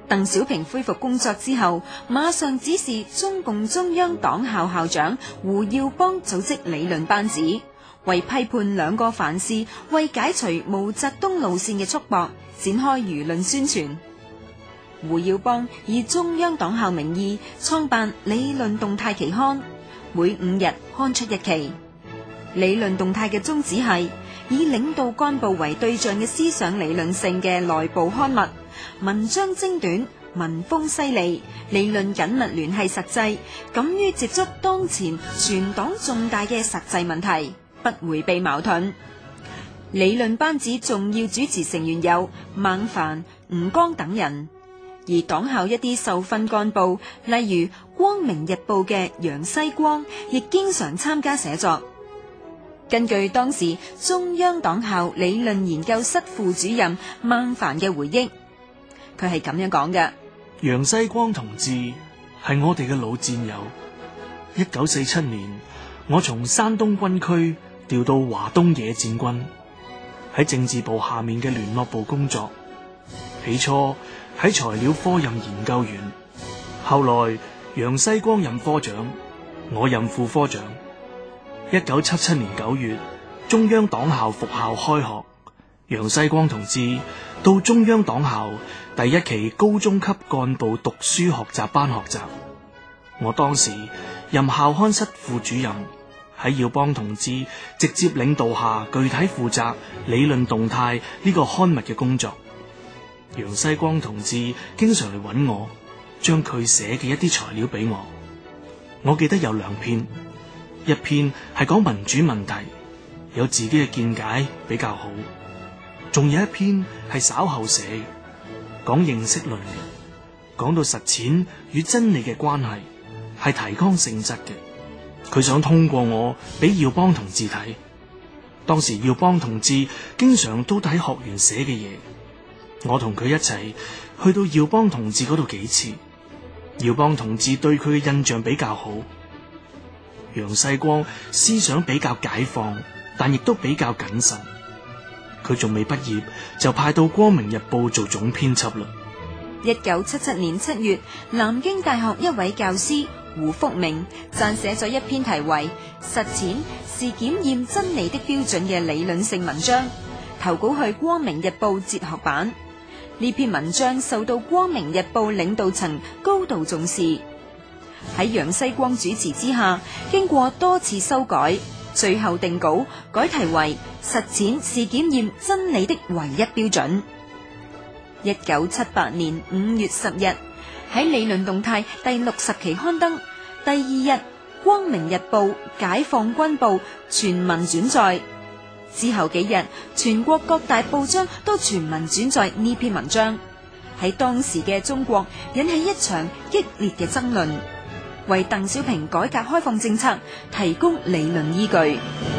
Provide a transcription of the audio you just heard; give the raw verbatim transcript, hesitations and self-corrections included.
鄧小平恢復工作之後，馬上指示中共中央黨校校長胡耀邦組織理論班子，為批判兩個凡是，為解除毛澤東路線嘅束縛，展開輿論宣傳。胡耀邦以中央黨校名義創辦《理論動態》期刊，每五日刊出一期。《理論動態》嘅宗旨係以領導幹部為對象嘅思想理論性嘅內部刊物，文章精短，文風犀利，理論緊密聯繫實際，敢於接觸當前全黨重大嘅實際問題，不迴避矛盾。理論班子重要主持成員有孟凡、吳剛等人。而黨校一啲受訓幹部，例如《光明日報》嘅楊西光，亦經常參加寫作。根據當時中央黨校理論研究室副主任孟凡嘅回憶，佢係咁樣講嘅： 楊西光同志係我哋嘅老戰友。一九四七年，我從山東軍區調到華東野戰軍，喺政治部下面嘅聯絡部工作。起初喺材料科任研究員，後來楊西光任科長，我任副科長。一九七七年九月，中央黨校復校開學，楊西光同志到中央黨校第一期高中級幹部讀書學習班學習。我當時任校刊室副主任，喺耀邦同志直接領導下，具體負責理論動態呢個刊物嘅工作。楊西光同志經常嚟揾我，將佢寫嘅一啲材料俾我。我記得有兩篇，一篇係講民主問題，有自己嘅見解比較好；仲有一篇係稍後寫嘅，講認識論嘅，講到實踐與真理嘅關係，係提綱性質嘅。佢想通過我俾耀邦同志睇。當時耀邦同志經常都睇學員寫嘅嘢。我同佢一齊去到耀邦同志嗰度幾次，耀邦同志對佢嘅印象比較好。楊西光思想比較解放，但亦都比較謹慎。佢仲未畢業就派到《光明日報》做總編輯啦。 一九七七年七月，南京大學一位教師胡福明撰寫咗一篇題為《實踐是檢驗真理的標準》嘅理論性文章，投稿去《光明日報》哲學版。呢篇文章受到《光明日報》領導層高度重視，喺楊西光主持之下，經過多次修改，最後定稿改題為《實踐是檢驗真理的唯一標準》。一九七八年五月十日，喺《理論動態》第六十期刊登，第二日《光明日報》、《解放軍報》全文轉載。之後幾日，全國各大報章都全文轉載呢篇文章，喺當時嘅中國引起一場激烈嘅爭論，為鄧小平改革開放政策提供理論依據。